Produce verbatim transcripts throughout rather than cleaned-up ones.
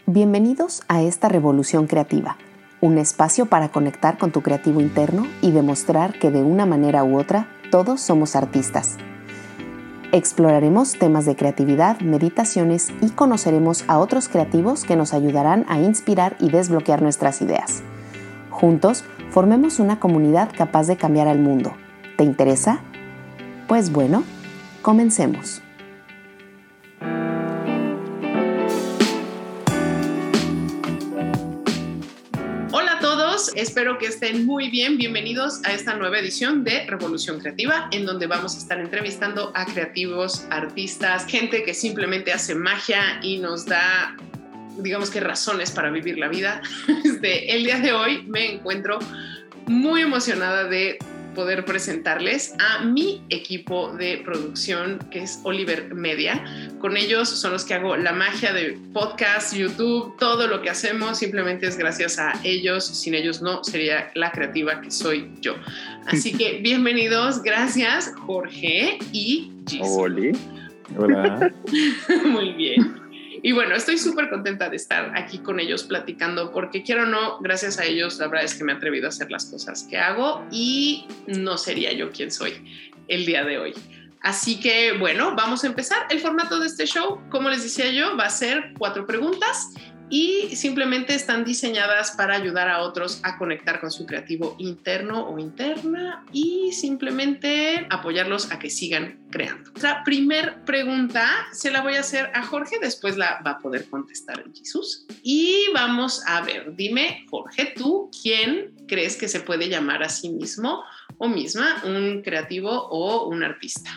Bienvenidos a esta revolución creativa, un espacio para conectar con tu creativo interno y demostrar que de una manera u otra todos somos artistas. Exploraremos temas de creatividad, meditaciones y conoceremos a otros creativos que nos ayudarán a inspirar y desbloquear nuestras ideas. Juntos, formemos una comunidad capaz de cambiar al mundo. ¿Te interesa? Pues bueno, comencemos. Espero que estén muy bien. Bienvenidos a esta nueva edición de Revolución Creativa, en donde vamos a estar entrevistando a creativos, artistas, gente que simplemente hace magia y nos da, digamos que, razones para vivir la vida. Este, el día de hoy me encuentro muy emocionada de poder presentarles a mi equipo de producción, que es Oliver Media. Con ellos son los que hago la magia de podcast, YouTube, todo lo que hacemos simplemente es gracias a ellos. Sin ellos no sería la creativa que soy yo. Así que bienvenidos, gracias Jorge y Jesus. Oli. Hola. Muy bien. Y bueno, estoy súper contenta de estar aquí con ellos platicando, porque quiero o no, gracias a ellos, la verdad es que me he atrevido a hacer las cosas que hago y no sería yo quien soy el día de hoy. Así que bueno, vamos a empezar. El formato de este show, como les decía yo, va a ser cuatro preguntas y simplemente están diseñadas para ayudar a otros a conectar con su creativo interno o interna y simplemente apoyarlos a que sigan creando. La primera pregunta se la voy a hacer a Jorge, después la va a poder contestar Jesús. Y vamos a ver, dime, Jorge, ¿tú quién crees que se puede llamar a sí mismo o misma un creativo o un artista?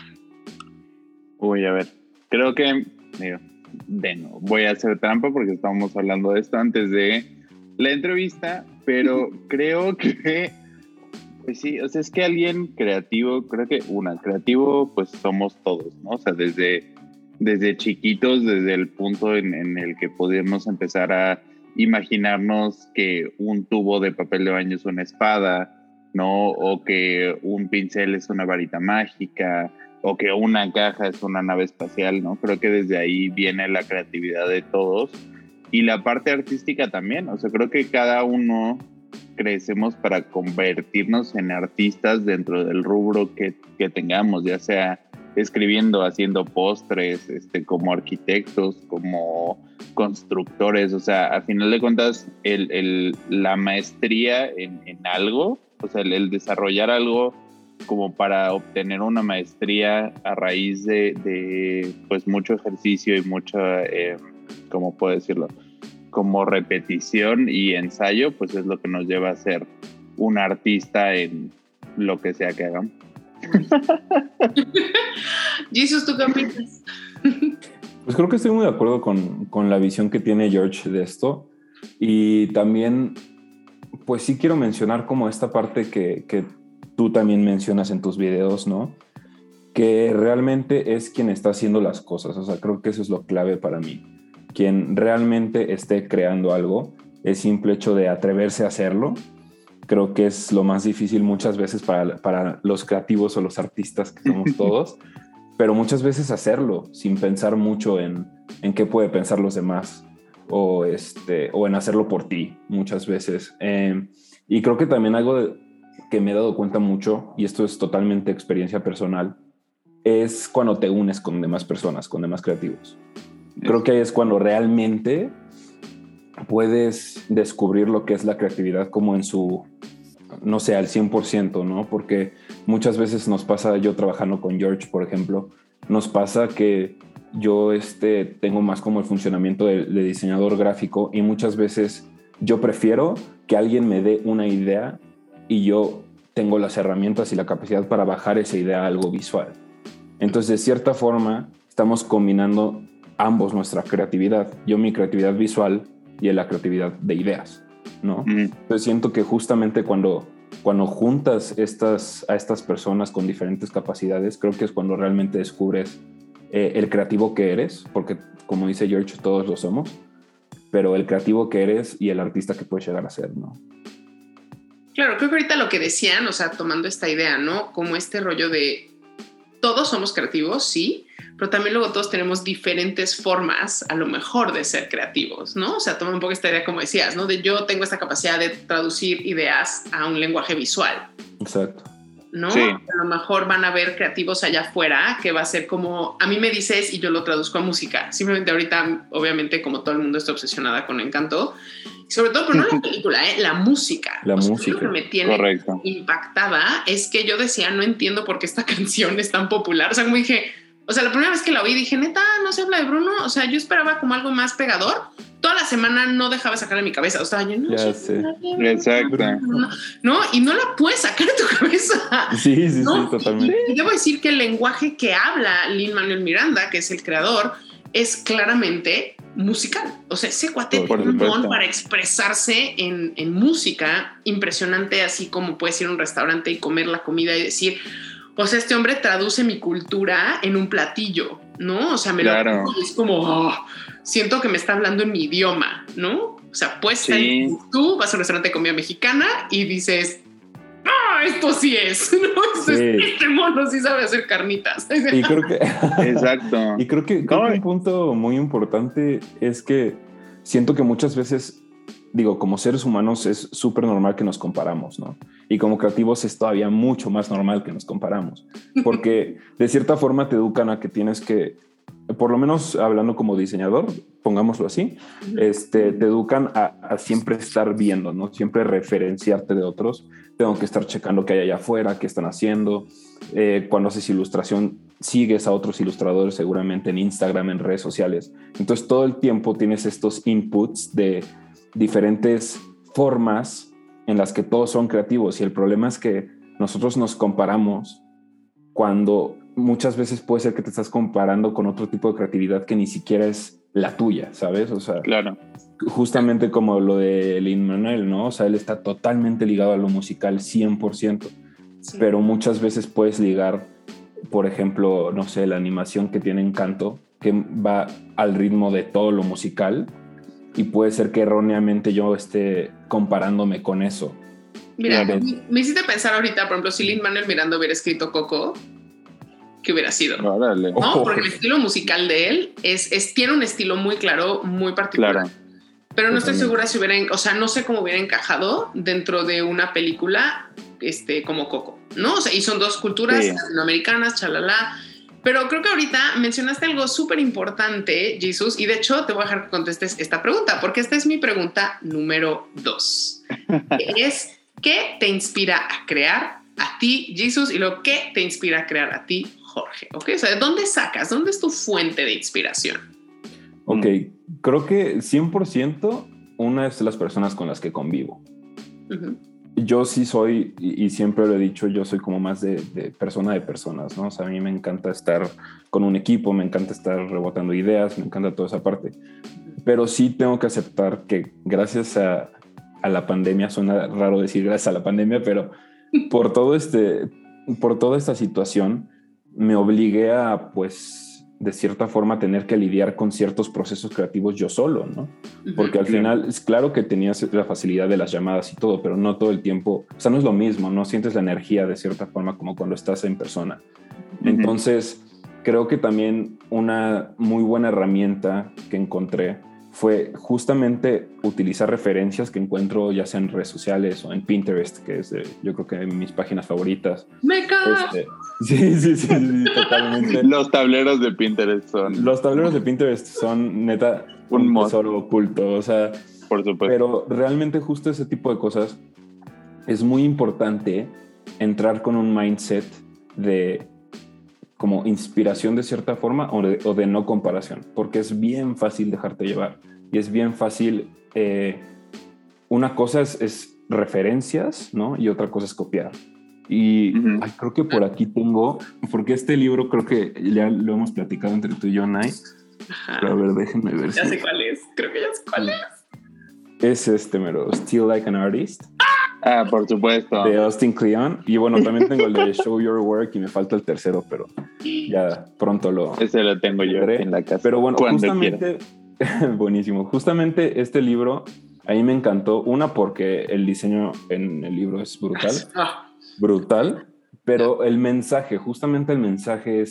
Uy, a ver, creo que... Digo, de no, voy a hacer trampa porque estábamos hablando de esto antes de la entrevista, pero creo que, pues sí, o sea, es que alguien creativo, creo que una, creativo, pues somos todos, ¿no? O sea, desde, desde chiquitos, desde el punto en, en el que podemos empezar a imaginarnos que un tubo de papel de baño es una espada, ¿no? O que un pincel es una varita mágica, o que una caja es una nave espacial, ¿no? Creo que desde ahí viene la creatividad de todos y la parte artística también. O sea, creo que cada uno crecemos para convertirnos en artistas dentro del rubro que, que tengamos, ya sea escribiendo, haciendo postres, este, como arquitectos, como constructores. O sea, a final de cuentas, el, el, la maestría en, en algo, o sea, el, el desarrollar algo como para obtener una maestría a raíz de, de pues mucho ejercicio y mucha, eh, ¿cómo puedo decirlo? Como repetición y ensayo, pues es lo que nos lleva a ser un artista en lo que sea que hagamos. Jesús, ¿tú qué opinas? Pues creo que estoy muy de acuerdo con, con la visión que tiene George de esto, y también pues sí quiero mencionar como esta parte que, que tú también mencionas en tus videos, ¿no? Que realmente es quien está haciendo las cosas. O sea, creo que eso es lo clave para mí. Quien realmente esté creando algo, el simple hecho de atreverse a hacerlo, creo que es lo más difícil muchas veces para, para los creativos o los artistas que somos todos, pero muchas veces hacerlo sin pensar mucho en, en qué puede pensar los demás o, este, o en hacerlo por ti muchas veces. Eh, y creo que también algo de, que me he dado cuenta mucho, y esto es totalmente experiencia personal, es cuando te unes con demás personas, con demás creativos. Creo que ahí es cuando realmente puedes descubrir lo que es la creatividad como en su, no sé, al cien por ciento, ¿no? Porque muchas veces nos pasa, yo trabajando con George, por ejemplo, nos pasa que yo este, tengo más como el funcionamiento de, de diseñador gráfico, y muchas veces yo prefiero que alguien me dé una idea y yo tengo las herramientas y la capacidad para bajar esa idea a algo visual. Entonces, de cierta forma, estamos combinando ambos nuestra creatividad. Yo mi creatividad visual y él la creatividad de ideas, ¿no? Mm. Entonces, siento que justamente cuando, cuando juntas estas, a estas personas con diferentes capacidades, creo que es cuando realmente descubres eh, el creativo que eres, porque, como dice George, todos lo somos, pero el creativo que eres y el artista que puedes llegar a ser, ¿no? Claro, creo que ahorita lo que decían, o sea, tomando esta idea, ¿no? Como este rollo de todos somos creativos, sí, pero también luego todos tenemos diferentes formas, a lo mejor, de ser creativos, ¿no? O sea, toma un poco esta idea, como decías, ¿no? De yo tengo esta capacidad de traducir ideas a un lenguaje visual. Exacto. ¿No? Sí. A lo mejor van a haber creativos allá afuera que va a ser como, a mí me dices y yo lo traduzco a música. Simplemente ahorita, obviamente, como todo el mundo está obsesionada con Encanto, sobre todo, pero no la película, ¿eh? La música. La o sea, música. Lo que me tiene Correcto. impactada es que yo decía, no entiendo por qué esta canción es tan popular. O sea, como dije, o sea, la primera vez que la oí dije, neta, no se habla de Bruno. O sea, yo esperaba como algo más pegador. Toda la semana no dejaba sacar de mi cabeza. O sea, yo no Ya sé. sé. Exacto. No, no, y no la puedes sacar de tu cabeza. Sí, sí, ¿no? sí, totalmente. Y debo decir que el lenguaje que habla Lin-Manuel Miranda, que es el creador, es claramente musical. O sea, ese cuate Por tiene un don supuesto. para expresarse en, en música impresionante, así como puedes ir a un restaurante y comer la comida y decir, o sea, este hombre traduce mi cultura en un platillo, ¿no? O sea, me Claro. lo es como, oh, siento que me está hablando en mi idioma, ¿no? O sea, pues Sí. tú vas a un restaurante de comida mexicana y dices, ¡ah, esto sí es! ¿no? Sí. Este mono sí sabe hacer carnitas. Y creo que, Exacto. y creo que, creo No, que un punto muy importante es que siento que muchas veces, digo, como seres humanos es súper normal que nos comparamos, ¿no? Y como creativos es todavía mucho más normal que nos comparamos, porque de cierta forma te educan a que tienes que, por lo menos hablando como diseñador, pongámoslo así, este, te educan a, a siempre estar viendo, ¿no? Siempre referenciarte de otros. Tengo que estar checando qué hay allá afuera, qué están haciendo. Eh, cuando haces ilustración, sigues a otros ilustradores seguramente en Instagram, en redes sociales. Entonces todo el tiempo tienes estos inputs de diferentes formas en las que todos son creativos, y el problema es que nosotros nos comparamos cuando muchas veces puede ser que te estás comparando con otro tipo de creatividad que ni siquiera es la tuya, ¿sabes? O sea, Claro. justamente como lo de Lin-Manuel, ¿no? O sea, él está totalmente ligado a lo musical cien por ciento, Sí. pero muchas veces puedes ligar, por ejemplo, no sé, la animación que tiene Encanto, que va al ritmo de todo lo musical, y puede ser que erróneamente yo esté comparándome con eso. Mira, Claro. me, me hiciste pensar ahorita, por ejemplo, si Lin-Manuel Miranda hubiera escrito Coco, ¿qué hubiera sido? Órale. ¿No? Oh. Porque el estilo musical de él es, es, tiene un estilo muy claro, muy particular. Claro. Pero no estoy Totalmente. segura si hubiera, en- o sea, no sé cómo hubiera encajado dentro de una película este, como Coco, ¿no? O sea, y son dos culturas Sí. latinoamericanas, chalala. Pero creo que ahorita mencionaste algo súper importante, Jesus, y de hecho te voy a dejar que contestes esta pregunta, porque esta es mi pregunta número dos. Que es, ¿qué te inspira a crear a ti, Jesus? Y luego, ¿qué te inspira a crear a ti, Jorge? ¿Ok? O sea, ¿de dónde sacas? ¿Dónde es tu fuente de inspiración? Ok, creo que cien por ciento una es las personas con las que convivo. Uh-huh. Yo sí soy, y, y siempre lo he dicho, yo soy como más de, de persona de personas, ¿no? O sea, a mí me encanta estar con un equipo, me encanta estar rebotando ideas, me encanta toda esa parte. Pero sí tengo que aceptar que gracias a, a la pandemia, suena raro decir gracias a la pandemia, pero por todo este, por toda esta situación me obligué a, pues, de cierta forma tener que lidiar con ciertos procesos creativos yo solo, ¿no? Porque al final es claro que tenías la facilidad de las llamadas y todo, pero no todo el tiempo, o sea, no es lo mismo, no sientes la energía de cierta forma como cuando estás en persona. Ujú. Entonces, creo que también una muy buena herramienta que encontré fue justamente utilizar referencias que encuentro ya sea en redes sociales o en Pinterest, que es de, yo creo que de mis páginas favoritas. ¡Me cago! Este, sí, sí, sí, sí, totalmente. Los tableros de Pinterest son, Los tableros de Pinterest son neta Un un mod. tesoro oculto, o sea, por supuesto. pero realmente justo ese tipo de cosas es muy importante entrar con un mindset de como inspiración de cierta forma o de, o de no comparación, porque es bien fácil dejarte llevar y es bien fácil, eh, una cosa es, es referencias, ¿no? Y otra cosa es copiar. Y Ujú. ay, creo que por aquí tengo, porque este libro creo que ya lo hemos platicado entre tú y yo, Nay. Ajá. Pero a ver, déjenme ver Ya si sé cuál es. Creo que ya sé cuál es. es este mero, Still Like an Artist, Ah, por supuesto. de Austin Kleon. Y bueno, también tengo el de Show Your Work y me falta el tercero, pero ya pronto lo... Ese lo tengo yo Veré. en la casa. Pero bueno, Cuando justamente, buenísimo, justamente este libro a mí me encantó. Una, porque el diseño en el libro es brutal, Ah, brutal, pero el mensaje, justamente el mensaje es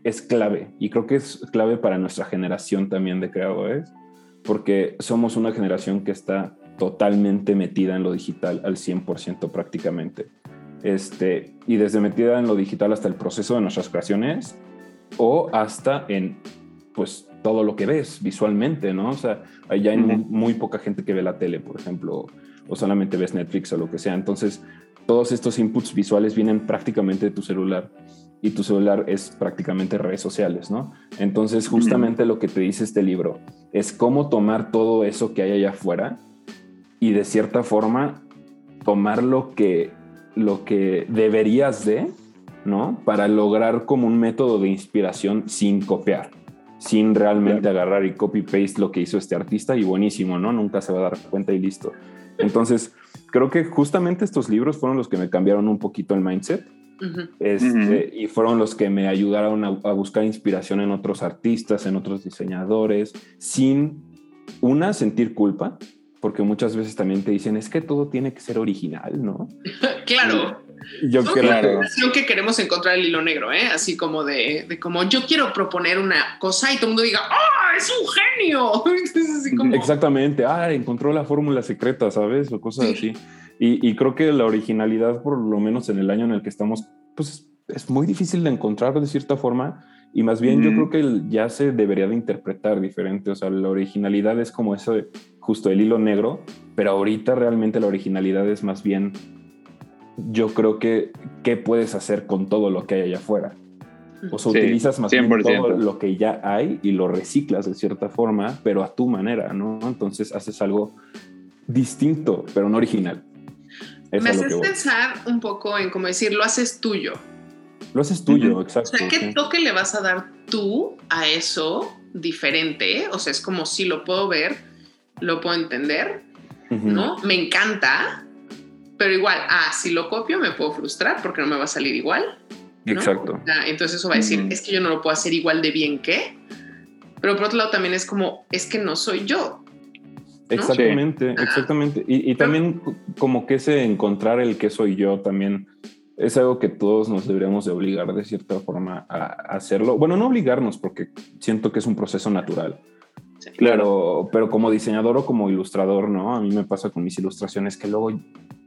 es clave, y creo que es clave para nuestra generación también de creadores, porque somos una generación que está totalmente metida en lo digital al cien por ciento prácticamente. Este, y desde metida en lo digital hasta el proceso de nuestras creaciones o hasta en pues todo lo que ves visualmente, ¿no? O sea, ya hay uh-huh. muy poca gente que ve la tele, por ejemplo, o solamente ves Netflix o lo que sea. Entonces, todos estos inputs visuales vienen prácticamente de tu celular y tu celular es prácticamente redes sociales, ¿no? Entonces, justamente uh-huh. lo que te dice este libro es cómo tomar todo eso que hay allá afuera y de cierta forma tomar lo que, lo que deberías de, ¿no? Para lograr como un método de inspiración sin copiar, sin realmente claro. agarrar y copy-paste lo que hizo este artista y buenísimo, ¿no? Nunca se va a dar cuenta y listo. Entonces, creo que justamente estos libros fueron los que me cambiaron un poquito el mindset uh-huh. Este, uh-huh. y fueron los que me ayudaron a, a buscar inspiración en otros artistas, en otros diseñadores, sin, una, sentir culpa, porque muchas veces también te dicen, es que todo tiene que ser original, ¿no? Claro. Yo es creo claro. que, que queremos encontrar el hilo negro, ¿eh? Así como de, de como yo quiero proponer una cosa y todo el mundo diga, ¡ah, es un genio! Así como... Exactamente, ah, encontró la fórmula secreta, ¿sabes? O cosas sí. así. Y, y creo que la originalidad, por lo menos en el año en el que estamos, pues es muy difícil de encontrar de cierta forma. Y más bien mm. yo creo que el, ya se debería de interpretar diferente. O sea, la originalidad es como eso de justo el hilo negro, pero ahorita realmente la originalidad es más bien, yo creo que qué puedes hacer con todo lo que hay allá afuera. O sea, sí, utilizas más cien por ciento bien todo lo que ya hay y lo reciclas de cierta forma, pero a tu manera, ¿no? Entonces haces algo distinto, pero no original. Es Me haces pensar un poco en cómo decir, lo haces tuyo. Lo haces tuyo, uh-huh. exacto. O sea, ¿qué sí. toque le vas a dar tú a eso diferente? O sea, es como si lo puedo ver, lo puedo entender, uh-huh. ¿no? Me encanta, pero igual, ah, si lo copio me puedo frustrar porque no me va a salir igual, ¿no? Exacto. Ah, entonces eso va a decir, uh-huh. es que yo no lo puedo hacer igual de bien que, pero por otro lado también es como, es que no soy yo. ¿no? Exactamente, sí. exactamente. Y, y también como que ese encontrar el que soy yo también es algo que todos nos deberíamos de obligar de cierta forma a, a hacerlo. Bueno, no obligarnos porque siento que es un proceso natural. Sí, claro. Pero, pero como diseñador o como ilustrador, ¿no? A mí me pasa con mis ilustraciones que luego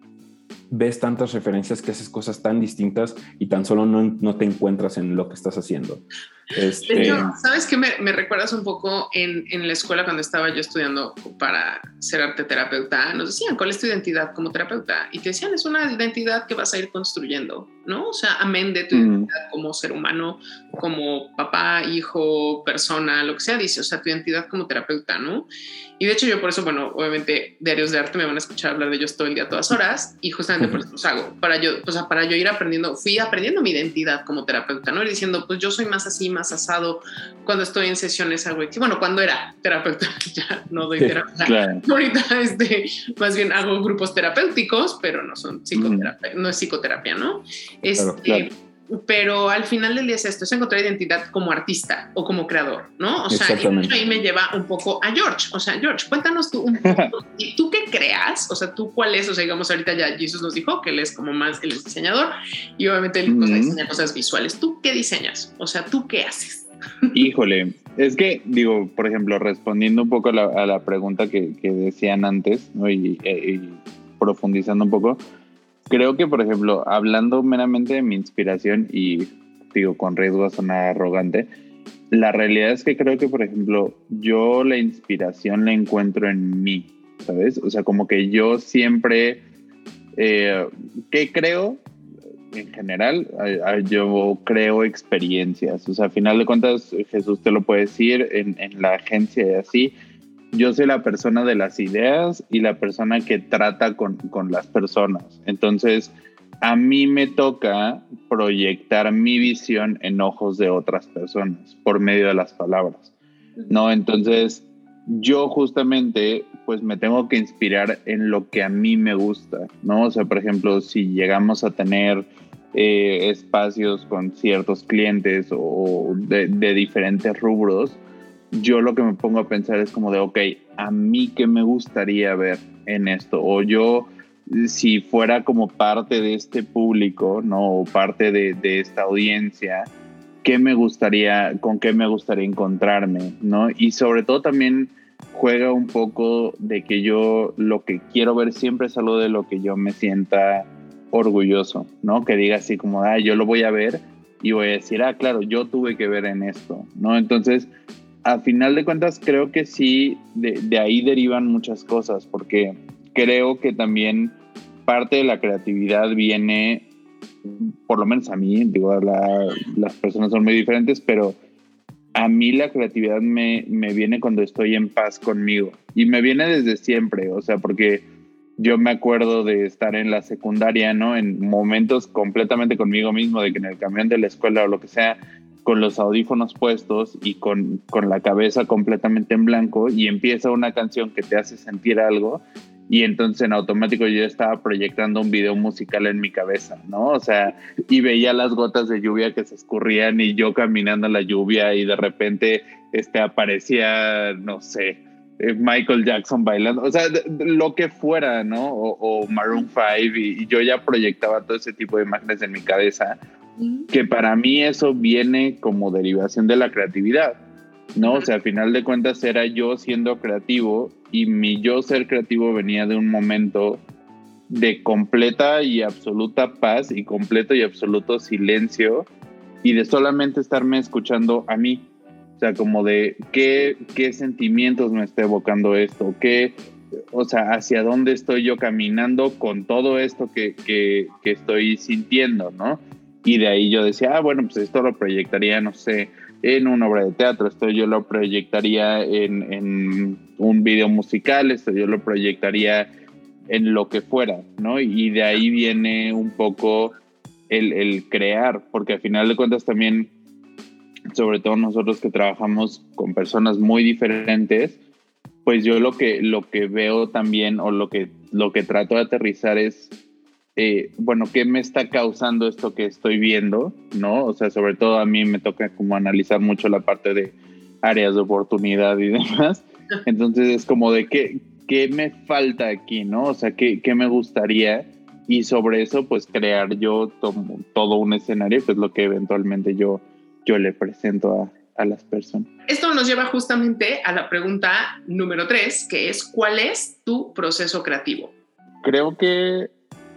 ves tantas referencias que haces cosas tan distintas y tan solo no, no te encuentras en lo que estás haciendo. Este... De hecho, ¿sabes qué? Me, me recuerdas un poco en, en la escuela cuando estaba yo estudiando para ser arteterapeuta. Nos decían, ¿cuál es tu identidad como terapeuta? Y te decían, es una identidad que vas a ir construyendo, ¿no? O sea, amén de tu mm. identidad como ser humano, como papá, hijo, persona, lo que sea, dice, o sea, tu identidad como terapeuta, ¿no? Y de hecho yo por eso, bueno, obviamente diarios de arte me van a escuchar hablar de ellos todo el día, todas horas, y justamente por eso los hago, para yo, o sea, para yo ir aprendiendo, fui aprendiendo mi identidad como terapeuta, ¿no? Ir diciendo, pues yo soy más así, más asado, cuando estoy en sesiones algo, bueno, cuando era terapeuta, ya no doy sí, terapia, claro. Ahorita este, más bien hago grupos terapéuticos, pero no son psicoterapia, mm. no es psicoterapia, ¿no? Este, claro, claro. Pero al final del día es esto, es encontrar identidad como artista o como creador, ¿no? O sea, y ahí me lleva un poco a George. O sea, George, cuéntanos tú un poco, ¿y tú qué creas? O sea, ¿tú cuál es? O sea, digamos, ahorita ya Jesus nos dijo que él es como más, él es diseñador y obviamente él mm-hmm. o sea, diseña cosas visuales. ¿Tú qué diseñas? O sea, ¿tú qué haces? Híjole, es que, digo, por ejemplo, respondiendo un poco a la, a la pregunta que, que decían antes, ¿no? y, y, y profundizando un poco, creo que, por ejemplo, hablando meramente de mi inspiración y, digo, con riesgo a sonar arrogante, la realidad es que creo que, por ejemplo, yo la inspiración la encuentro en mí, ¿sabes? O sea, como que yo siempre, eh, ¿qué creo? En general, yo creo experiencias. O sea, a final de cuentas, Jesús te lo puede decir, en, en la agencia y así, yo soy la persona de las ideas y la persona que trata con, con las personas. Entonces, a mí me toca proyectar mi visión en ojos de otras personas por medio de las palabras, ¿no? Entonces, yo justamente, pues me tengo que inspirar en lo que a mí me gusta, ¿no? O sea, por ejemplo, si llegamos a tener eh, espacios con ciertos clientes o de, de diferentes rubros, yo lo que me pongo a pensar es como de, ok, ¿a mí qué me gustaría ver en esto? O yo, si fuera como parte de este público, ¿no? O parte de, de esta audiencia, qué me gustaría, con qué me gustaría encontrarme, ¿no? Y sobre todo también juega un poco de que yo lo que quiero ver siempre es algo de lo que yo me sienta orgulloso, ¿no? Que diga así como, ah, yo lo voy a ver y voy a decir, ah, claro, yo tuve que ver en esto, ¿no? Entonces, a final de cuentas, creo que sí, de, de ahí derivan muchas cosas, porque creo que también parte de la creatividad viene, por lo menos a mí, digo, la, las personas son muy diferentes, pero a mí la creatividad me, me viene cuando estoy en paz conmigo. Y me viene desde siempre, o sea, porque yo me acuerdo de estar en la secundaria, ¿no? En momentos completamente conmigo mismo, de que en el camión de la escuela o lo que sea, con los audífonos puestos y con, con la cabeza completamente en blanco, y empieza una canción que te hace sentir algo, y entonces en automático yo estaba proyectando un video musical en mi cabeza, ¿no? O sea, y veía las gotas de lluvia que se escurrían y yo caminando en la lluvia, y de repente este, aparecía, no sé, Michael Jackson bailando, o sea, de, de, lo que fuera, ¿no? O, o Maroon five, y, y yo ya proyectaba todo ese tipo de imágenes en mi cabeza, que para mí eso viene como derivación de la creatividad, ¿no? O sea, al final de cuentas era yo siendo creativo, y mi yo ser creativo venía de un momento de completa y absoluta paz y completo y absoluto silencio, y de solamente estarme escuchando a mí. O sea, como de qué, qué sentimientos me está evocando esto, qué, o sea, hacia dónde estoy yo caminando con todo esto que, que, que estoy sintiendo, ¿no? Y de ahí yo decía, ah, bueno, pues esto lo proyectaría, no sé, en una obra de teatro, esto yo lo proyectaría en, en un video musical, esto yo lo proyectaría en lo que fuera, ¿no? Y de ahí viene un poco el, el crear, porque al final de cuentas también, sobre todo nosotros que trabajamos con personas muy diferentes, pues yo lo que, lo que veo también, o lo que, lo que trato de aterrizar es, eh, bueno, ¿qué me está causando esto que estoy viendo? ¿No? O sea, sobre todo a mí me toca como analizar mucho la parte de áreas de oportunidad y demás. Entonces es como de qué, qué me falta aquí, ¿no? O sea, qué, qué me gustaría, y sobre eso pues crear yo to- todo un escenario, que es lo que eventualmente yo, yo le presento a, a las personas. Esto nos lleva justamente a la pregunta número tres, que es, ¿cuál es tu proceso creativo? Creo que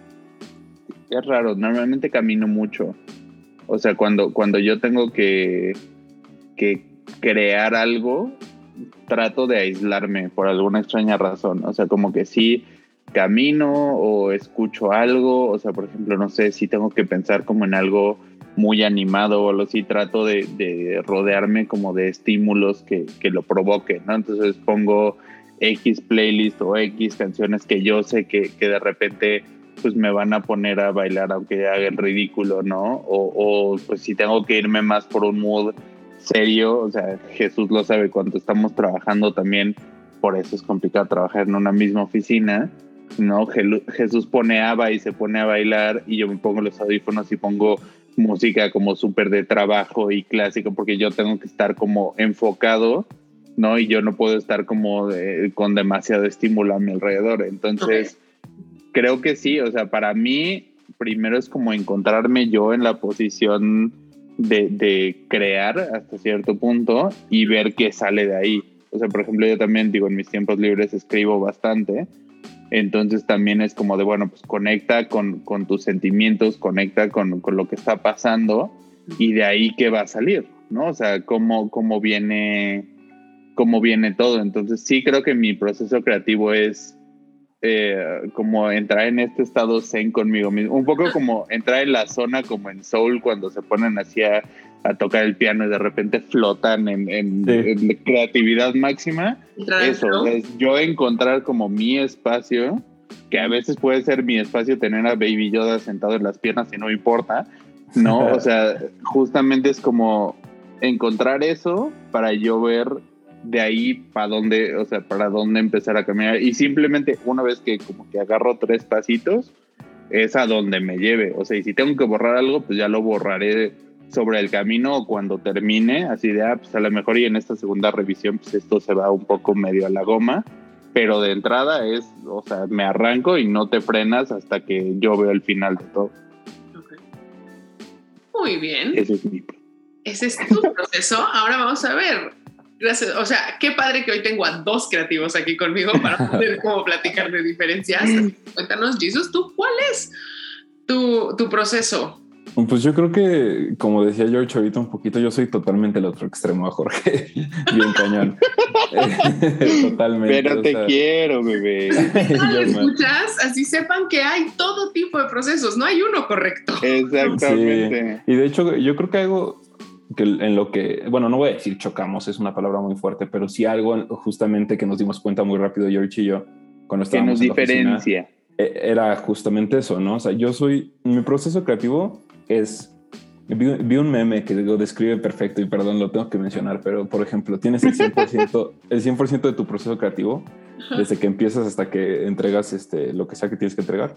es raro, normalmente camino mucho. O sea, cuando, cuando yo tengo que, que crear algo, trato de aislarme por alguna extraña razón. O sea, como que sí camino o escucho algo. O sea, por ejemplo, no sé, si tengo que pensar como en algo muy animado o algo así, trato de, de rodearme como de estímulos que, que lo provoquen, ¿no? Entonces pongo X playlist o X canciones que yo sé que, que de repente pues me van a poner a bailar aunque haga el ridículo, ¿no? O, o pues si tengo que irme más por un mood serio, o sea, Jesús lo sabe, cuando estamos trabajando también, por eso es complicado trabajar en una misma oficina, ¿no? Jesús pone ABBA y se pone a bailar, y yo me pongo los audífonos y pongo música como súper de trabajo y clásico, porque yo tengo que estar como enfocado, ¿no? Y yo no puedo estar como de, con demasiado estímulo a mi alrededor. Entonces, okay, creo que sí, o sea, para mí, primero es como encontrarme yo en la posición de, de crear hasta cierto punto y ver qué sale de ahí. O sea, por ejemplo, yo también, digo, en mis tiempos libres escribo bastante. Entonces también es como de, bueno, pues conecta con, con tus sentimientos, conecta con, con lo que está pasando, y de ahí qué va a salir, ¿no? O sea, cómo, cómo, viene, cómo viene todo. Entonces sí creo que mi proceso creativo es eh, como entrar en este estado zen conmigo mismo. Un poco como entrar en la zona como en Soul, cuando se ponen así a, a tocar el piano y de repente flotan en, en, sí. en creatividad máxima. Eso, ¿no? Es yo encontrar como mi espacio, que a veces puede ser mi espacio tener a Baby Yoda sentado en las piernas y no importa, ¿no? O sea, justamente es como encontrar eso para yo ver de ahí para dónde, o sea, para dónde empezar a caminar. Y simplemente una vez que como que agarro tres pasitos, es a donde me lleve. O sea, y si tengo que borrar algo, pues ya lo borraré sobre el camino o cuando termine, así de, ah, pues a lo mejor y en esta segunda revisión, pues esto se va un poco medio a la goma, pero de entrada es, o sea, me arranco y no te frenas hasta que yo veo el final de todo. Okay. Muy bien. Ese es mi... ese es tu proceso. Ahora vamos a ver. Gracias. O sea, qué padre que hoy tengo a dos creativos aquí conmigo para poder como platicar de diferencias. Cuéntanos, Jesús, ¿tú cuál es tu, tu proceso? Pues yo creo que, como decía George ahorita un poquito, yo soy totalmente el otro extremo a Jorge. Bien cañón. Totalmente. Pero te o sea, quiero, bebé. ¿No escuchas? Así sepan que hay todo tipo de procesos, no hay uno correcto. Exactamente. Sí. Y de hecho, yo creo que algo que en lo que, bueno, no voy a decir chocamos, es una palabra muy fuerte, pero sí algo justamente que nos dimos cuenta muy rápido, George y yo, cuando estábamos que nos en la diferencia. Oficina, era justamente eso, ¿no? O sea, yo soy, mi proceso creativo es, vi, vi un meme que lo describe perfecto y perdón, lo tengo que mencionar, pero por ejemplo, tienes el cien por ciento, el cien por ciento de tu proceso creativo, desde que empiezas hasta que entregas este, lo que sea que tienes que entregar.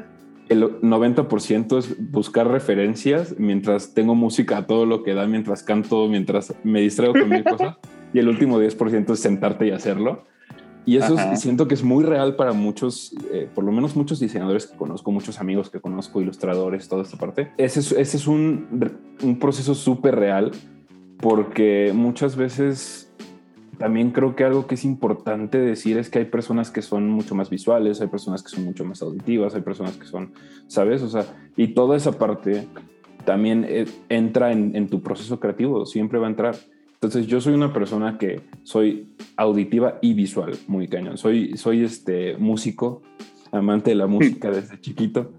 El noventa por ciento es buscar referencias mientras tengo música a todo lo que da, mientras canto, mientras me distraigo con mil cosas. Y el último diez por ciento es sentarte y hacerlo. Y eso es, siento que es muy real para muchos, eh, por lo menos muchos diseñadores que conozco, muchos amigos que conozco, ilustradores, toda esta parte. Ese es, ese es un, un proceso súper real, porque muchas veces también creo que algo que es importante decir es que hay personas que son mucho más visuales, hay personas que son mucho más auditivas, hay personas que son, ¿sabes? O sea, y toda esa parte también eh, entra en, en tu proceso creativo, siempre va a entrar. Entonces yo soy una persona que soy auditiva y visual, muy cañón. Soy, soy este músico, amante de la música desde chiquito.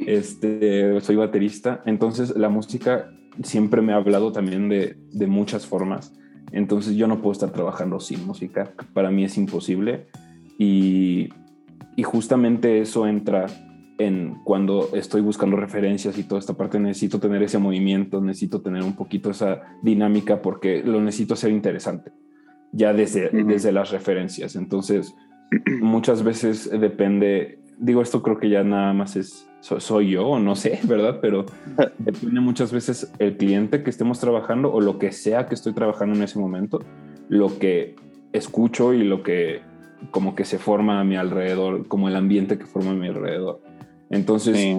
Este, soy baterista. Entonces la música siempre me ha hablado también de, de muchas formas. Entonces yo no puedo estar trabajando sin música. Para mí es imposible. Y, y justamente eso entra en cuando estoy buscando referencias y toda esta parte. Necesito tener ese movimiento, necesito tener un poquito esa dinámica porque lo necesito hacer interesante ya desde, uh-huh. desde las referencias. Entonces muchas veces depende, digo esto creo que ya nada más es so, soy yo o no sé, ¿verdad? Pero depende muchas veces el cliente que estemos trabajando o lo que sea que estoy trabajando en ese momento, lo que escucho y lo que como que se forma a mi alrededor, como el ambiente que forma a mi alrededor. Entonces, sí.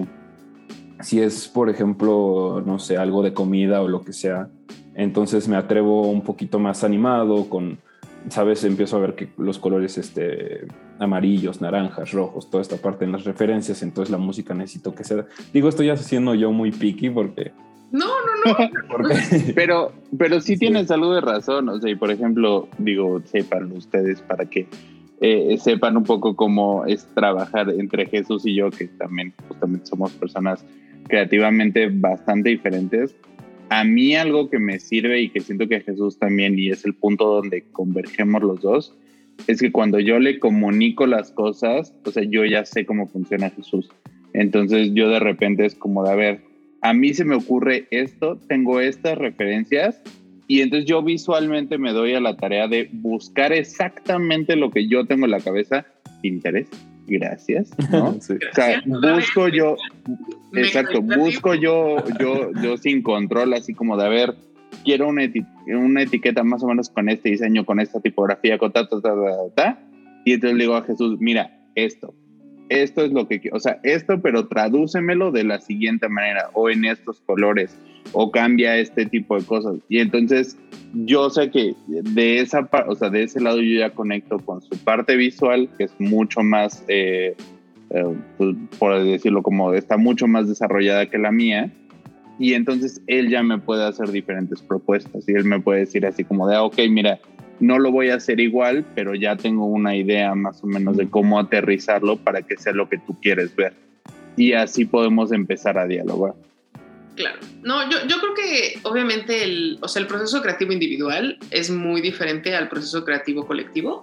Si es, por ejemplo, no sé, algo de comida o lo que sea, entonces me atrevo un poquito más animado con, ¿sabes? Empiezo a ver que los colores este, amarillos, naranjas, rojos, toda esta parte en las referencias, entonces la música necesito que sea... Digo, estoy haciendo yo muy picky porque... No, no, no. porque... pero, pero sí, sí tienes algo de razón, o sea, y por ejemplo, digo, sepan ustedes para que... Eh, sepan un poco cómo es trabajar entre Jesús y yo, que también justamente somos personas creativamente bastante diferentes. A mí algo que me sirve y que siento que Jesús también, y es el punto donde convergemos los dos, es que cuando yo le comunico las cosas, o sea, yo ya sé cómo funciona Jesús. Entonces yo de repente es como de, a ver, a mí se me ocurre esto, tengo estas referencias, y entonces yo visualmente me doy a la tarea de buscar exactamente lo que yo tengo en la cabeza. Interés, gracias, ¿no? Sí. O sea, busco yo, exacto, busco yo, yo, yo sin control, así como de, a ver, quiero una, eti- una etiqueta más o menos con este diseño, con esta tipografía, con ta, ta, ta, ta, ta, y entonces le digo a Jesús, mira, esto, esto es lo que quiero, o sea, esto, pero tradúcemelo de la siguiente manera, o en estos colores, o cambia este tipo de cosas. Y entonces yo sé que de esa parte, o sea, de ese lado yo ya conecto con su parte visual, que es mucho más, eh, eh, pues, por decirlo como, está mucho más desarrollada que la mía. Y entonces él ya me puede hacer diferentes propuestas y él me puede decir así como de, ah, ok, mira, no lo voy a hacer igual, pero ya tengo una idea más o menos de cómo aterrizarlo para que sea lo que tú quieres ver. Y así podemos empezar a dialogar. Claro. No, yo, yo creo que obviamente el, o sea, el proceso creativo individual es muy diferente al proceso creativo colectivo.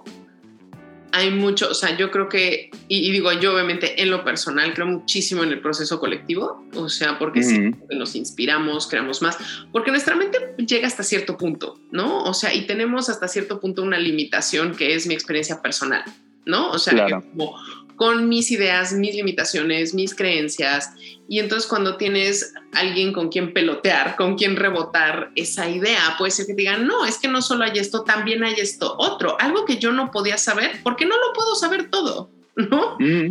Hay mucho, o sea, yo creo que, y, y digo yo obviamente en lo personal creo muchísimo en el proceso colectivo, o sea, porque uh-huh. sí, nos inspiramos, creamos más, porque nuestra mente llega hasta cierto punto, ¿no? O sea, y tenemos hasta cierto punto una limitación que es mi experiencia personal, ¿no? O sea, claro. que como con mis ideas, mis limitaciones, mis creencias, y entonces cuando tienes alguien con quien pelotear, con quien rebotar esa idea, puede ser que te digan, no, es que no solo hay esto, también hay esto otro, algo que yo no podía saber, porque no lo puedo saber todo, ¿no? Mm.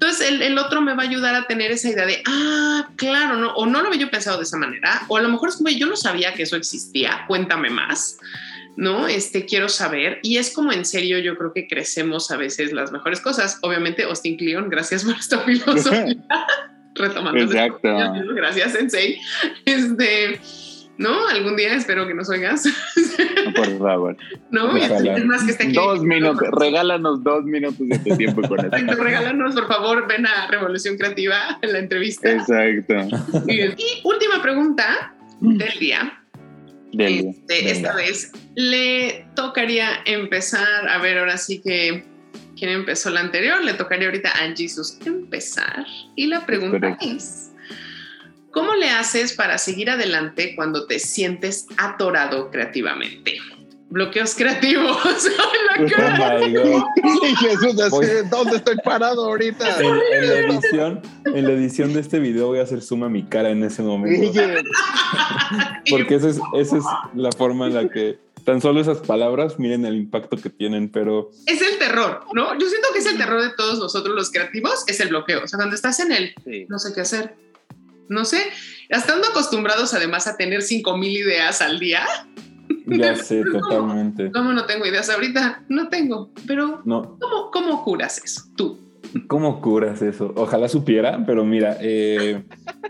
Entonces el, el otro me va a ayudar a tener esa idea de, ah, claro, no, o no lo había yo pensado de esa manera, o a lo mejor es como, yo no sabía que eso existía, cuéntame más, ¿no? Este, quiero saber, y es como en serio, yo creo que crecemos a veces las mejores cosas. Obviamente, Austin Kleon, gracias por esta filosofía. Retomando. Exacto. Esto, gracias, Sensei. Este, ¿no? Algún día espero que nos oigas. Por favor. No, es más que esté aquí. Dos minutos, regálanos dos minutos de tu tiempo con esto. Exacto, regálanos, por favor, ven a Revolución Creativa en la entrevista. Exacto. Y, y última pregunta del día. Del este, esta vez le tocaría empezar, a ver, ahora sí que ¿quién empezó la anterior? Le tocaría ahorita a Jesus empezar. Y la pregunta es, ¿cómo le haces para seguir adelante cuando te sientes atorado creativamente? Bloqueos creativos. Oh my God. Y Jesús, así, ¿dónde estoy parado ahorita? En, en, la edición, en la edición de este video voy a hacer zoom a mi cara en ese momento. Porque esa es, esa es la forma en la que tan solo esas palabras, miren el impacto que tienen, pero... Es el terror, ¿no? Yo siento que es el terror de todos nosotros los creativos, es el bloqueo. O sea, cuando estás en el, sí. no sé qué hacer, no sé, estando acostumbrados además a tener cinco mil ideas al día. Ya sé, ¿Cómo? Totalmente. ¿Cómo no tengo ideas ahorita? No tengo, pero no. ¿cómo, cómo curas eso tú? ¿Cómo curas eso? Ojalá supiera, pero mira, eh,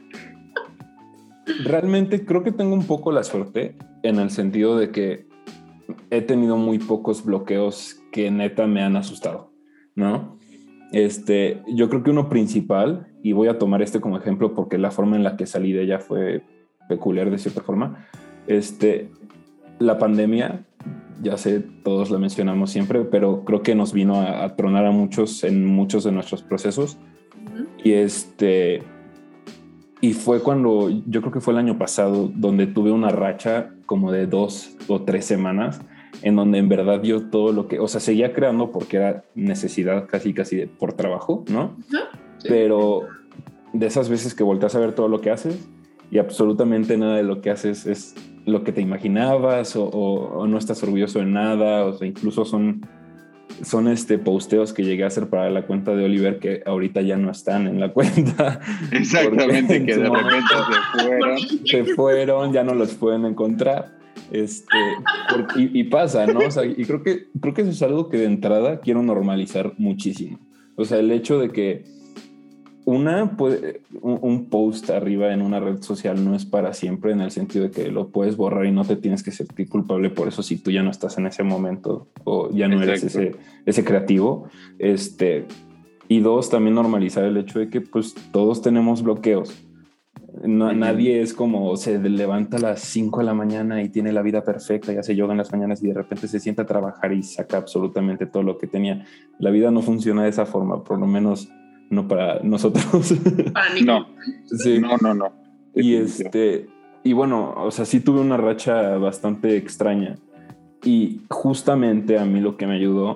realmente creo que tengo un poco la suerte en el sentido de que he tenido muy pocos bloqueos que neta me han asustado, ¿no? Este, yo creo que uno principal, y voy a tomar este como ejemplo porque la forma en la que salí de ella fue peculiar de cierta forma, este... La pandemia, ya sé, todos la mencionamos siempre, pero creo que nos vino a, a tronar a muchos en muchos de nuestros procesos. Uh-huh. Y este y fue cuando, yo creo que fue el año pasado, donde tuve una racha como de dos o tres semanas, en donde en verdad yo todo lo que, o sea, seguía creando porque era necesidad casi casi de, por trabajo, ¿no? Uh-huh. Sí. Pero de esas veces que volteas a ver todo lo que haces y absolutamente nada de lo que haces es lo que te imaginabas o, o, o no estás orgulloso de nada, o sea, incluso son, son este posteos que llegué a hacer para la cuenta de Oliver que ahorita ya no están en la cuenta. Exactamente, que de repente se fueron. Se fueron, ya no los pueden encontrar. Este, por, y, y pasa, ¿no? O sea, y creo que, creo que eso es algo que de entrada quiero normalizar muchísimo. O sea, el hecho de que Una, puede, un, un post arriba en una red social no es para siempre, en el sentido de que lo puedes borrar y no te tienes que sentir culpable por eso si tú ya no estás en ese momento o ya no Exacto. eres ese, ese creativo. Este, y dos, también normalizar el hecho de que pues todos tenemos bloqueos. No, uh-huh. Nadie es como se levanta a las cinco de la mañana y tiene la vida perfecta y hace yoga en las mañanas y de repente se sienta a trabajar y saca absolutamente todo lo que tenía. La vida no funciona de esa forma, por lo menos no para nosotros. Para no. Sí. no, no, no. Y este, y bueno, o sea, sí tuve una racha bastante extraña y justamente a mí lo que me ayudó,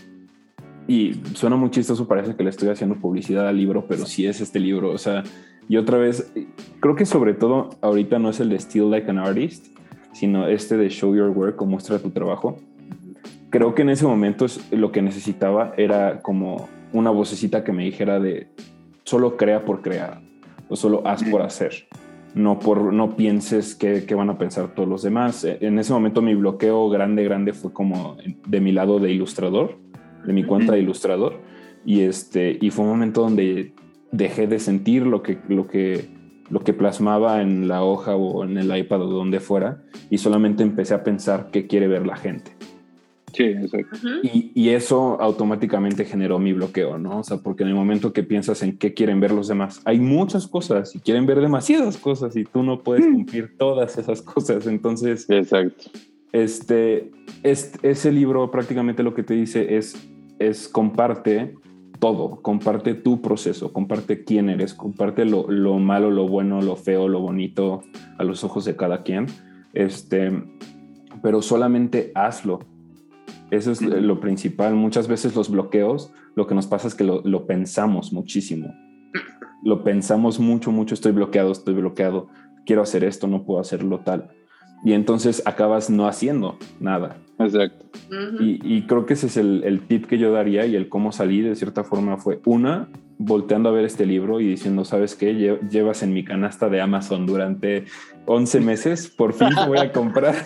y suena muy chistoso, parece que le estoy haciendo publicidad al libro, pero sí es este libro, o sea, y otra vez, creo que sobre todo ahorita no es el de Still Like an Artist, sino este de Show Your Work o Muestra tu trabajo. Creo que en ese momento lo que necesitaba era como una vocecita que me dijera de solo crea por crear o solo haz por hacer, no, por, no pienses qué, qué van a pensar todos los demás. En ese momento mi bloqueo grande, grande fue como de mi lado de ilustrador, de mi cuenta de ilustrador, y, este, y fue un momento donde dejé de sentir lo que, lo, que, lo que plasmaba en la hoja o en el iPad o donde fuera, y solamente empecé a pensar qué quiere ver la gente. Sí, exacto. Uh-huh. Y, y eso automáticamente generó mi bloqueo, ¿no? O sea, porque en el momento que piensas en qué quieren ver los demás, hay muchas cosas y quieren ver demasiadas cosas y tú no puedes cumplir todas esas cosas. Entonces, exacto. Este, este, ese libro prácticamente lo que te dice es, es comparte todo, comparte tu proceso, comparte quién eres, comparte lo, lo malo, lo bueno, lo feo, lo bonito a los ojos de cada quien. Este, pero solamente hazlo. Eso es lo principal. Muchas veces los bloqueos, lo que nos pasa es que lo, lo pensamos muchísimo. Lo pensamos mucho, mucho. Estoy bloqueado, estoy bloqueado. Quiero hacer esto, no puedo hacerlo tal. y entonces acabas no haciendo nada. Exacto. Uh-huh. Y, y creo que ese es el, el tip que yo daría, y el cómo salir de cierta forma fue, una, volteando a ver este libro y diciendo, ¿sabes qué? Lle- llevas en mi canasta de Amazon durante once meses, por fin te voy a comprar.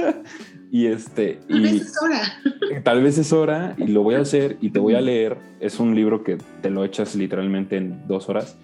y este... Tal y, vez es hora. Tal vez es hora y lo voy a hacer y te voy a leer. Es un libro que te lo echas literalmente en dos horas,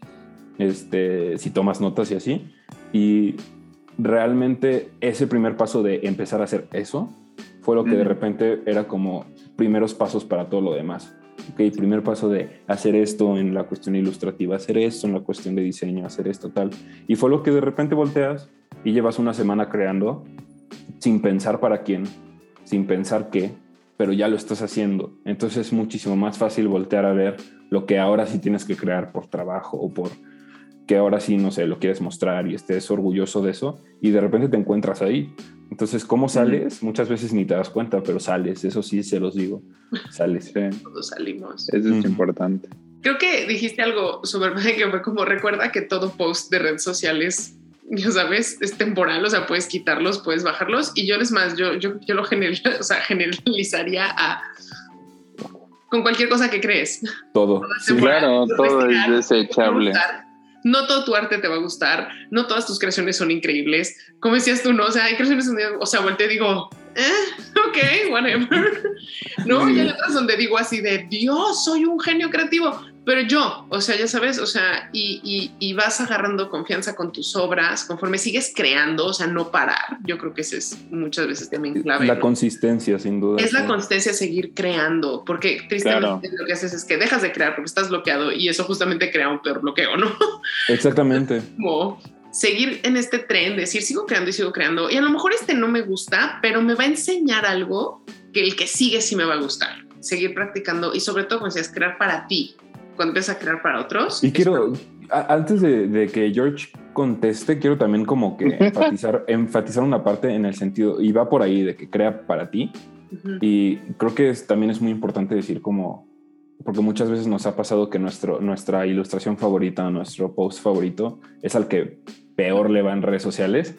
este, si tomas notas y así. Y realmente ese primer paso de empezar a hacer eso fue lo que de repente era como primeros pasos para todo lo demás. Okay, primer paso de hacer esto en la cuestión ilustrativa, hacer esto en la cuestión de diseño, hacer esto tal. Y fue lo que de repente volteas y llevas una semana creando sin pensar para quién, sin pensar qué, pero ya lo estás haciendo. Entonces es muchísimo más fácil voltear a ver lo que ahora sí tienes que crear por trabajo o por que ahora sí, no sé, lo quieres mostrar y estés orgulloso de eso y de repente te encuentras ahí. Entonces, ¿cómo sales? Mm. Muchas veces ni te das cuenta, pero sales, eso sí se los digo, sales. Sí. Todos salimos. Eso es mm. importante. Creo que dijiste algo súper que fue como, recuerda que todo post de redes sociales, ya sabes, es temporal, o sea, puedes quitarlos, puedes bajarlos, y yo, es más, yo, yo, yo lo general, o sea, generalizaría a con cualquier cosa que crees. Todo. Sí, claro, todo es desechable. No todo tu arte te va a gustar, no todas tus creaciones son increíbles. Como decías tú, ¿no? O sea, hay creaciones donde, o sea, volteo y digo, eh, ok, whatever. No, y hay otras donde digo así de, Dios, soy un genio creativo. Pero yo, o sea, ya sabes, o sea, y, y, y vas agarrando confianza con tus obras conforme sigues creando, o sea, no parar. Yo creo que ese es muchas veces también clave. La ¿no? consistencia, sin duda. Es la consistencia, seguir creando, porque tristemente claro. lo que haces es que dejas de crear porque estás bloqueado y eso justamente crea un peor bloqueo, ¿no? Exactamente. Como seguir en este tren, decir, sigo creando y sigo creando, y a lo mejor este no me gusta, pero me va a enseñar algo que el que sigue sí me va a gustar. Seguir practicando y sobre todo, como decías, crear para ti. Cuando empiezas a crear para otros. Y quiero, a, antes de, de que George conteste, quiero también como que enfatizar, enfatizar una parte en el sentido, y va por ahí, de que crea para ti. Uh-huh. Y creo que es, también es muy importante decir como, porque muchas veces nos ha pasado que nuestro, nuestra ilustración favorita, nuestro post favorito, es al que peor le va en redes sociales.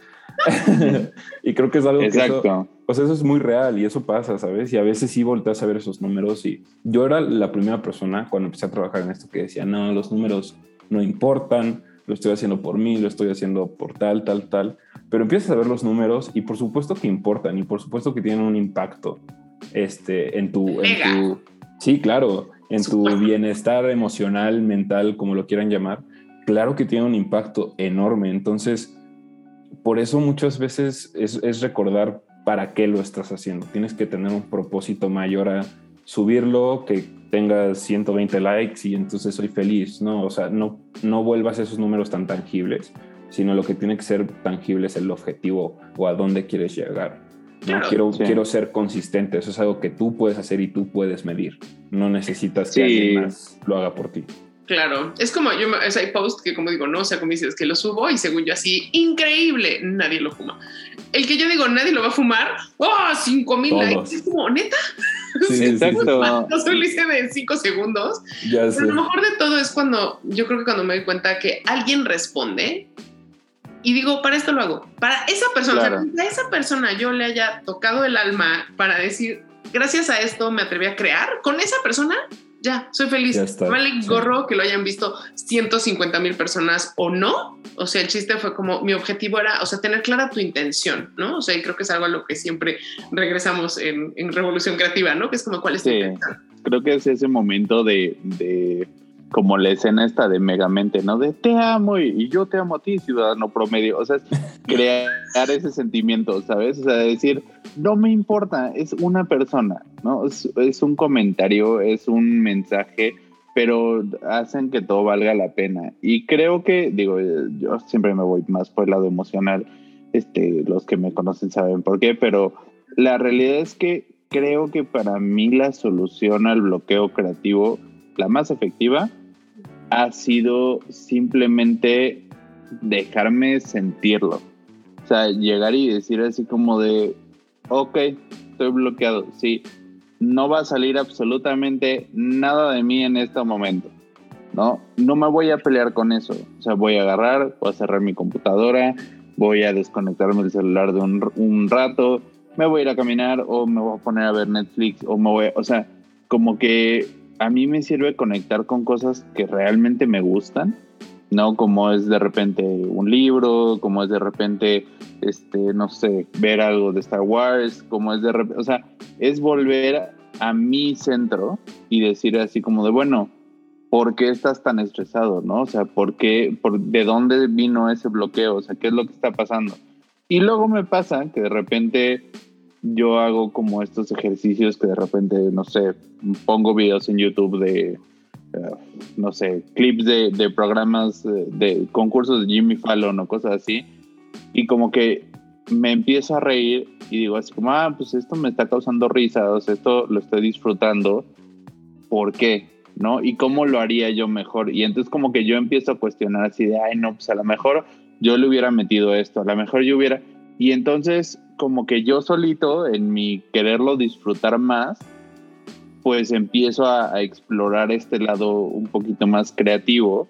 Y creo que es algo Exacto. que eso, o sea, eso es muy real y eso pasa, ¿sabes? Y a veces sí volteas a ver esos números, y yo era la primera persona cuando empecé a trabajar en esto que decía, no, los números no importan, lo estoy haciendo por mí, lo estoy haciendo por tal, tal, tal, pero empiezas a ver los números y por supuesto que importan y por supuesto que tienen un impacto este, en tu, en tu sí, claro, en tu bienestar emocional, mental, como lo quieran llamar, claro que tiene un impacto enorme. Entonces, por eso muchas veces es, es recordar para qué lo estás haciendo. Tienes que tener un propósito mayor a subirlo, que tenga ciento veinte likes y entonces soy feliz. No, o sea, no, no vuelvas esos números tan tangibles, sino lo que tiene que ser tangible es el objetivo o a dónde quieres llegar. ¿no? Claro, quiero, sí. quiero ser consistente. Eso es algo que tú puedes hacer y tú puedes medir. No necesitas que sí. alguien más lo haga por ti. Claro, es como yo, o sea, hay post que como digo, no, o sea, como dices que lo subo y según yo así, increíble, nadie lo fuma. El que yo digo, nadie lo va a fumar, ¡oh, cinco mil likes! Es como, ¿neta? Sí, sí, exacto. No solo hice de cinco segundos. Ya sé. Pero lo mejor de todo es cuando, yo creo que cuando me doy cuenta que alguien responde y digo, para esto lo hago. Para esa persona, claro. o sea, para esa persona yo le haya tocado el alma para decir, gracias a esto me atreví a crear, con esa persona... Ya, soy feliz. Vale gorro sí. que lo hayan visto ciento cincuenta mil personas o no. O sea, el chiste fue como, mi objetivo era, o sea, tener clara tu intención, ¿no? O sea, y creo que es algo a lo que siempre regresamos en, en Revolución Creativa, ¿no? Que es como, ¿cuál es tu sí, intención? Creo que es ese momento de, de, como la escena esta de Megamente, ¿no? De te amo y, y yo te amo a ti, ciudadano promedio. O sea, es crear ese sentimiento, ¿sabes? O sea, decir, no me importa, es una persona, ¿no? Es, es un comentario, es un mensaje, pero hacen que todo valga la pena. Y creo que, digo, yo siempre me voy más por el lado emocional, este, los que me conocen saben por qué, pero la realidad es que creo que para mí la solución al bloqueo creativo, la más efectiva, ha sido simplemente dejarme sentirlo. O sea, llegar y decir así como de, ok, estoy bloqueado, sí, no va a salir absolutamente nada de mí en este momento, ¿no? No me voy a pelear con eso, o sea, voy a agarrar, voy a cerrar mi computadora, voy a desconectarme del celular de un, un rato, me voy a ir a caminar o me voy a poner a ver Netflix o me voy a, o sea, como que a mí me sirve conectar con cosas que realmente me gustan, ¿no? Como es de repente un libro, como es de repente, este, no sé, ver algo de Star Wars, como es de repente, o sea, es volver a mi centro y decir así como de, bueno, ¿por qué estás tan estresado, no? O sea, ¿por qué, por, ¿de dónde vino ese bloqueo? O sea, ¿qué es lo que está pasando? Y luego me pasa que de repente yo hago como estos ejercicios que de repente, no sé, pongo videos en YouTube de, uh, no sé, clips de, de programas, de, de concursos de Jimmy Fallon o cosas así, y como que me empiezo a reír y digo así como, ah, pues esto me está causando risa, o sea, esto lo estoy disfrutando, ¿por qué? ¿No? ¿Y cómo lo haría yo mejor? Y entonces como que yo empiezo a cuestionar así de, ay, no, pues a lo mejor yo le hubiera metido esto, a lo mejor yo hubiera... Y entonces como que yo solito, en mi quererlo disfrutar más, pues empiezo a, a explorar este lado un poquito más creativo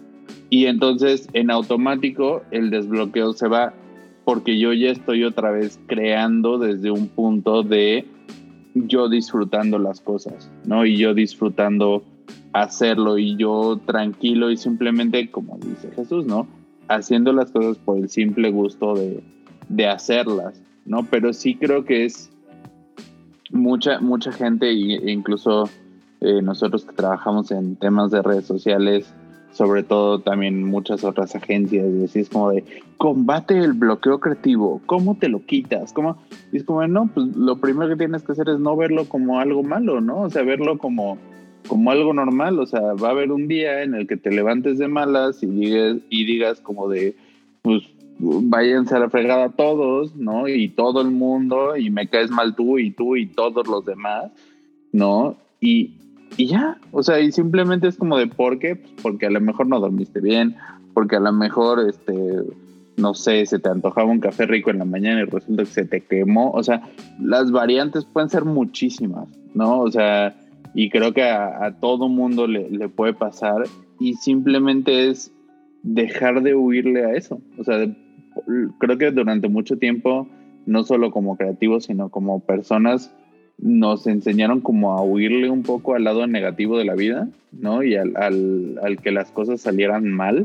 y entonces en automático el desbloqueo se va porque yo ya estoy otra vez creando desde un punto de yo disfrutando las cosas, ¿no? Y yo disfrutando hacerlo y yo tranquilo y simplemente, como dice Jesús, ¿no? Haciendo las cosas por el simple gusto de, de hacerlas, ¿no? Pero sí creo que es mucha, mucha gente, e incluso eh, nosotros que trabajamos en temas de redes sociales, sobre todo también muchas otras agencias, y así es como de combate el bloqueo creativo, ¿cómo te lo quitas? ¿Cómo? Y es como, no, pues lo primero que tienes que hacer es no verlo como algo malo, ¿no? O sea, verlo como, como algo normal, o sea, va a haber un día en el que te levantes de malas y digas, y digas como de, pues váyanse a la fregada todos, ¿no? Y todo el mundo, y me caes mal tú y tú y todos los demás, ¿no? Y Y ya, o sea, y simplemente es como de ¿por qué? Pues porque a lo mejor no dormiste bien, porque a lo mejor, este, no sé, se te antojaba un café rico en la mañana y resulta que se te quemó. O sea, las variantes pueden ser muchísimas, ¿no? O sea, y creo que a, a todo mundo le, le puede pasar y simplemente es dejar de huirle a eso. O sea, de, creo que durante mucho tiempo, no solo como creativos, sino como personas, nos enseñaron como a huirle un poco al lado negativo de la vida, ¿no? Y al, al, al que las cosas salieran mal.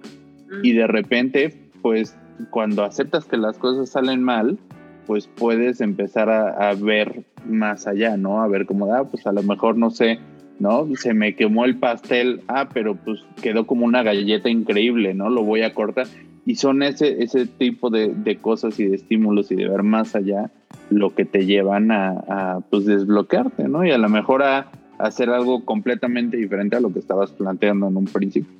Y de repente, pues, cuando aceptas que las cosas salen mal, pues puedes empezar a, a ver más allá, ¿no? A ver como, ah, pues a lo mejor, no sé, ¿no? Se me quemó el pastel, ah, pero pues quedó como una galleta increíble, ¿no? Lo voy a cortar. Y son ese, ese tipo de, de cosas y de estímulos y de ver más allá lo que te llevan a, a pues desbloquearte, ¿no? Y a lo mejor a, a hacer algo completamente diferente a lo que estabas planteando en un principio.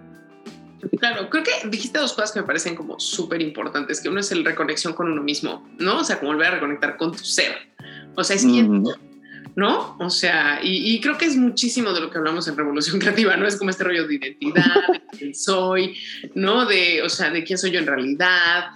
Claro, creo que dijiste dos cosas que me parecen como súper importantes, que uno es el reconexión con uno mismo, ¿no? O sea, como volver a reconectar con tu ser. O sea, es quien, mm-hmm. ¿no? O sea, y, y creo que es muchísimo de lo que hablamos en Revolución Creativa, ¿no? Es como este rollo de identidad, de quién soy, ¿no? De, o sea, de quién soy yo en realidad,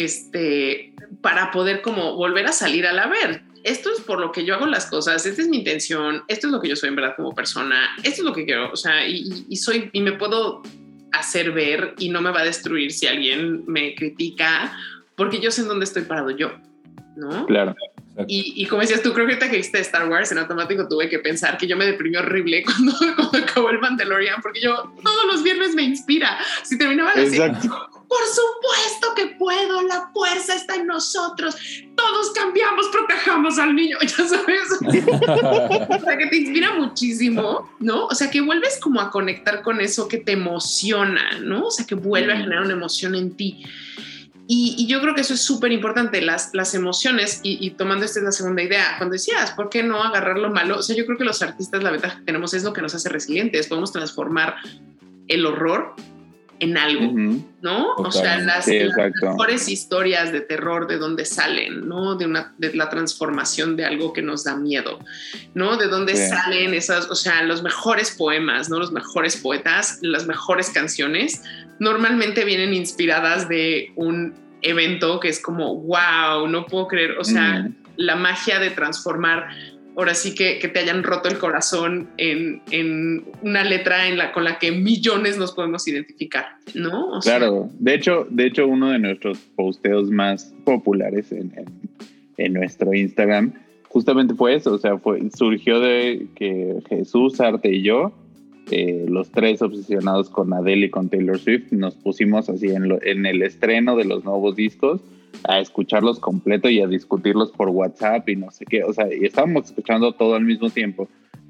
este, para poder como volver a salir a la ver. Esto es por lo que yo hago las cosas, esta es mi intención, esto es lo que yo soy en verdad como persona, esto es lo que quiero, o sea, y, y soy, y me puedo hacer ver y no me va a destruir si alguien me critica, porque yo sé en dónde estoy parado yo, ¿no? Claro. Y, y como decías tú, creo que ahorita que dijiste Star Wars, en automático tuve que pensar que yo me deprimí horrible cuando, cuando acabó el Mandalorian, porque yo todos los viernes me inspira. Si terminaba la serie, por supuesto que puedo, la fuerza está en nosotros, todos cambiamos, protejamos al niño, ya sabes. O sea, que te inspira muchísimo, ¿no? O sea, que vuelves como a conectar con eso que te emociona, ¿no? O sea, que vuelve a generar una emoción en ti. Y, y yo creo que eso es súper importante, las, las emociones, y, y tomando esta es la segunda idea, cuando decías, ¿por qué no agarrar lo malo? O sea, yo creo que los artistas, la ventaja que tenemos es lo que nos hace resilientes, podemos transformar el horror en algo, uh-huh. ¿no? Okay. O sea, las, sí, las mejores historias de terror, de dónde salen, ¿no? De, una, de la transformación de algo que nos da miedo, ¿no? De dónde sí. salen esas, o sea, los mejores poemas, ¿no? Los mejores poetas, las mejores canciones, normalmente vienen inspiradas de un evento que es como, wow, no puedo creer, o sea, mm. la magia de transformar ahora sí que, que te hayan roto el corazón en, en una letra en la, con la que millones nos podemos identificar, ¿no? O claro, sea, de hecho, de hecho uno de nuestros posteos más populares en, en, en nuestro Instagram justamente fue eso, o sea, fue, surgió de que Jesús, Arte y yo, eh, los tres obsesionados con Adele y con Taylor Swift, nos pusimos así en, lo, en el estreno de los nuevos discos a escucharlos completo y a discutirlos por WhatsApp y no sé qué, o sea, y estábamos escuchando todo al mismo tiempo.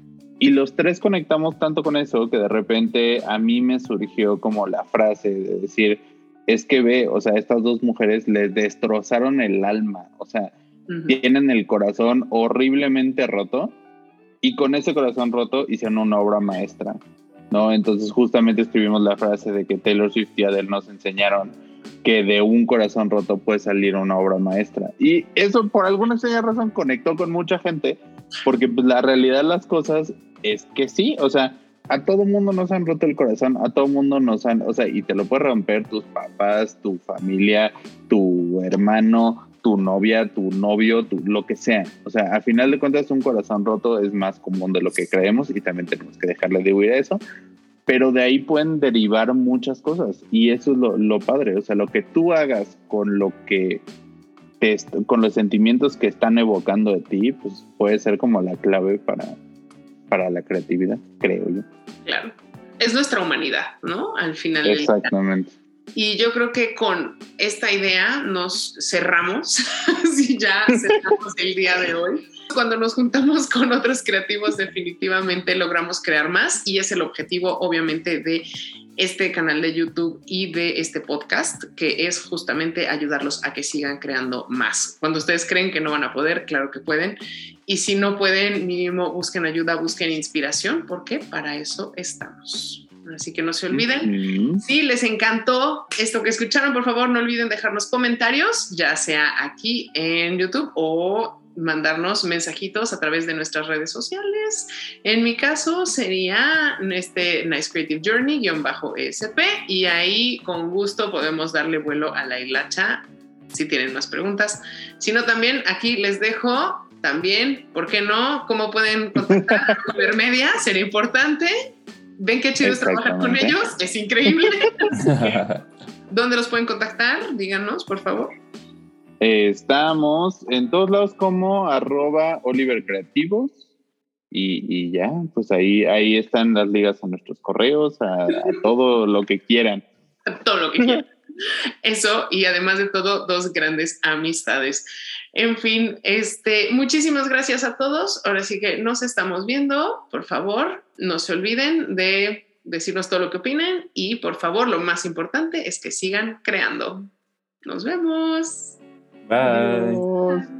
Y los tres conectamos tanto con eso que de repente a mí me surgió como la frase de decir, es que ve, o sea, estas dos mujeres les destrozaron el alma, o sea, uh-huh. tienen el corazón horriblemente roto y con ese corazón roto hicieron una obra maestra, ¿no? Entonces justamente escribimos la frase de que Taylor Swift y Adele nos enseñaron que de un corazón roto puede salir una obra maestra. Y eso por alguna extraña razón conectó con mucha gente, porque pues, la realidad de las cosas es que sí, o sea, a todo mundo nos han roto el corazón, a todo mundo nos han, o sea, y te lo puede romper tus papás, tu familia, tu hermano, tu novia, tu novio, tu, lo que sea. O sea, al final de cuentas un corazón roto es más común de lo que creemos y también tenemos que dejarle de huir a eso. Pero de ahí pueden derivar muchas cosas y eso es lo, lo padre, o sea, lo que tú hagas con lo que te, con los sentimientos que están evocando de ti, pues puede ser como la clave para, para la creatividad, creo yo. Claro, es nuestra humanidad, ¿no? Al final. Exactamente. Y yo creo que con esta idea nos cerramos, si ya cerramos el día de hoy. Cuando nos juntamos con otros creativos definitivamente logramos crear más y es el objetivo obviamente de este canal de YouTube y de este podcast, que es justamente ayudarlos a que sigan creando más. Cuando ustedes creen que no van a poder, claro que pueden. Y si no pueden, mínimo busquen ayuda, busquen inspiración, porque para eso estamos. Así que no se olviden. Uh-huh. Si les encantó esto que escucharon, por favor, no olviden dejarnos comentarios, ya sea aquí en YouTube o mandarnos mensajitos a través de nuestras redes sociales. En mi caso sería este Nice Creative Journey guión bajo E S P y ahí con gusto podemos darle vuelo a la hilacha si tienen más preguntas. Si no, también aquí les dejo también, ¿por qué no? ¿Cómo pueden contactar a Ibermedia? Sería importante. ¿Ven qué chido es trabajar con ellos? Es increíble. ¿Dónde los pueden contactar? Díganos, por favor. Estamos en todos lados como arroba Oliver Creativos y, y ya, pues ahí, ahí están las ligas a nuestros correos, a, a todo lo que quieran. A todo lo que quieran. Eso, y además de todo, dos grandes amistades. En fin, este, muchísimas gracias a todos. Ahora sí que nos estamos viendo. Por favor, no se olviden de decirnos todo lo que opinen y por favor, lo más importante es que sigan creando. Nos vemos. Bye. Adiós.